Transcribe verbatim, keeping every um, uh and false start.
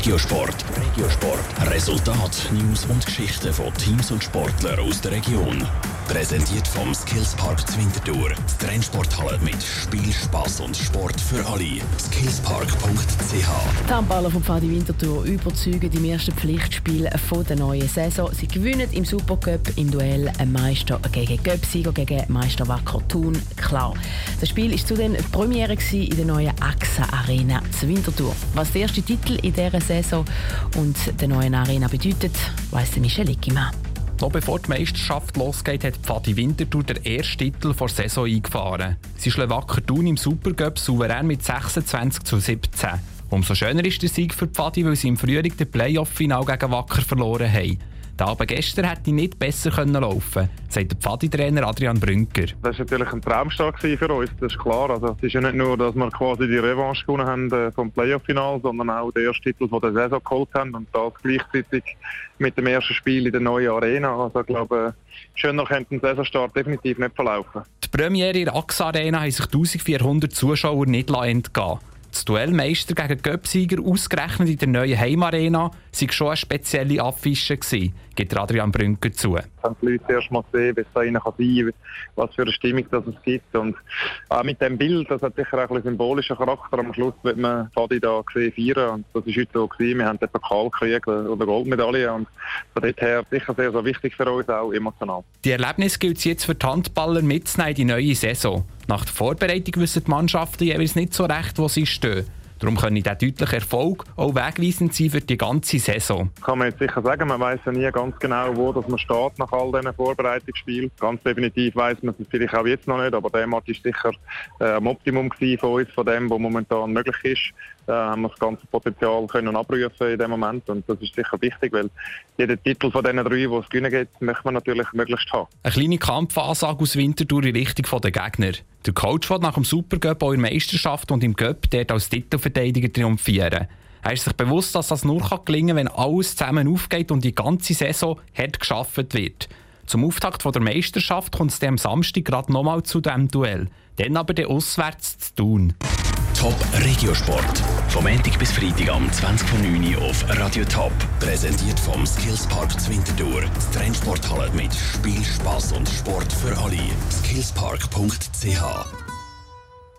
Regiosport. Regiosport. Resultat, News und Geschichten von Teams und Sportlern aus der Region. Präsentiert vom Skillspark Zwintertour. Die Trennsporthalle mit Spiel, Spass und Sport für alle. skillspark punkt c h. Die Handballer vom Pfadi Winterthur überzeugen im ersten Pflichtspiel von der neuen Saison. Sie gewinnen im Supercup im Duell Meister gegen Göppsieger gegen Meister Wacker Thun. Klar. Das Spiel war zudem die Premiere in der neuen A X A Arena zu Winterthur. Was der erste Titel in dieser Saison und der neuen Arena bedeutet, weiss Michel Ickimann. Noch bevor die Meisterschaft losgeht, hat Pfadi Winterthur den ersten Titel der Saison eingefahren. Sie schlagen Wacker Thun im Supercup souverän mit sechsundzwanzig zu siebzehn. Umso schöner ist der Sieg für Pfadi, weil sie im Frühling den Playoff-Final gegen Wacker verloren haben. Der Abend gestern hätte nicht besser laufen können, sagt der Pfadi-Trainer Adrian Brünker. Das war natürlich ein Traumstart für uns, das ist klar. Also, es ist ja nicht nur, dass wir quasi die Revanche gewonnen haben vom Playoff-Final, sondern auch den ersten Titel von der Saison geholt haben und das gleichzeitig mit dem ersten Spiel in der neuen Arena. Also ich glaube, schöner könnte ein Saisonstart definitiv nicht verlaufen. Die Premiere in der A X A Arena haben sich eintausendvierhundert Zuschauer nicht entgehen. Das Duell Meister gegen Göppsieger, ausgerechnet in der neuen Heimarena, war schon eine spezielle Affische gewesen, gibt Adrian Brünker zu. Wenn die Leute erst mal sehen, wie es da rein kann sein, was für eine Stimmung das es gibt. Und auch mit dem Bild, das hat sicher auch einen symbolischen Charakter. Am Schluss wird man Pfadi da gesehen feiern. Und das war heute so gewesen. Wir haben den Pokal gekriegt oder Goldmedaille. Und von dort her sicher sehr, sehr wichtig für uns, auch emotional. Die Erlebnis gilt es jetzt für die Handballer mitzunehmen in die neue Saison. Nach der Vorbereitung wissen die Mannschaften jeweils nicht so recht, wo sie stehen. Darum kann dieser deutliche Erfolg auch wegweisend sein für die ganze Saison. Kann man jetzt sicher sagen, man weiss ja nie ganz genau, wo dass man steht nach all diesen Vorbereitungsspielen. Ganz definitiv weiss man es vielleicht auch jetzt noch nicht, aber der Match war sicher äh, am Optimum von uns, von dem, was momentan möglich ist. Da haben wir das ganze Potenzial können abrufen in dem Moment und das ist sicher wichtig, weil jeden Titel von diesen drei, die es gewinnen gibt, möchte man natürlich möglichst haben. Eine kleine Kampfansage aus Winterthur in Richtung der Gegner. Der Coach will nach dem Supercup auch in der Meisterschaft und im Cup dort als Titelverteidiger triumphieren. Er ist sich bewusst, dass das nur gelingen kann, wenn alles zusammen aufgeht und die ganze Saison hart gearbeitet wird. Zum Auftakt der Meisterschaft kommt es am Samstag gerade nochmal zu diesem Duell. Dann aber der auswärts zu Thun. Top Regiosport. Vom Montag bis Freitag am zwanzig vor neun Uhr auf Radio Top. Präsentiert vom Skillspark Zwintertour. Die Trennsporthalle mit Spiel, Spass und Sport für alle. skillspark punkt c h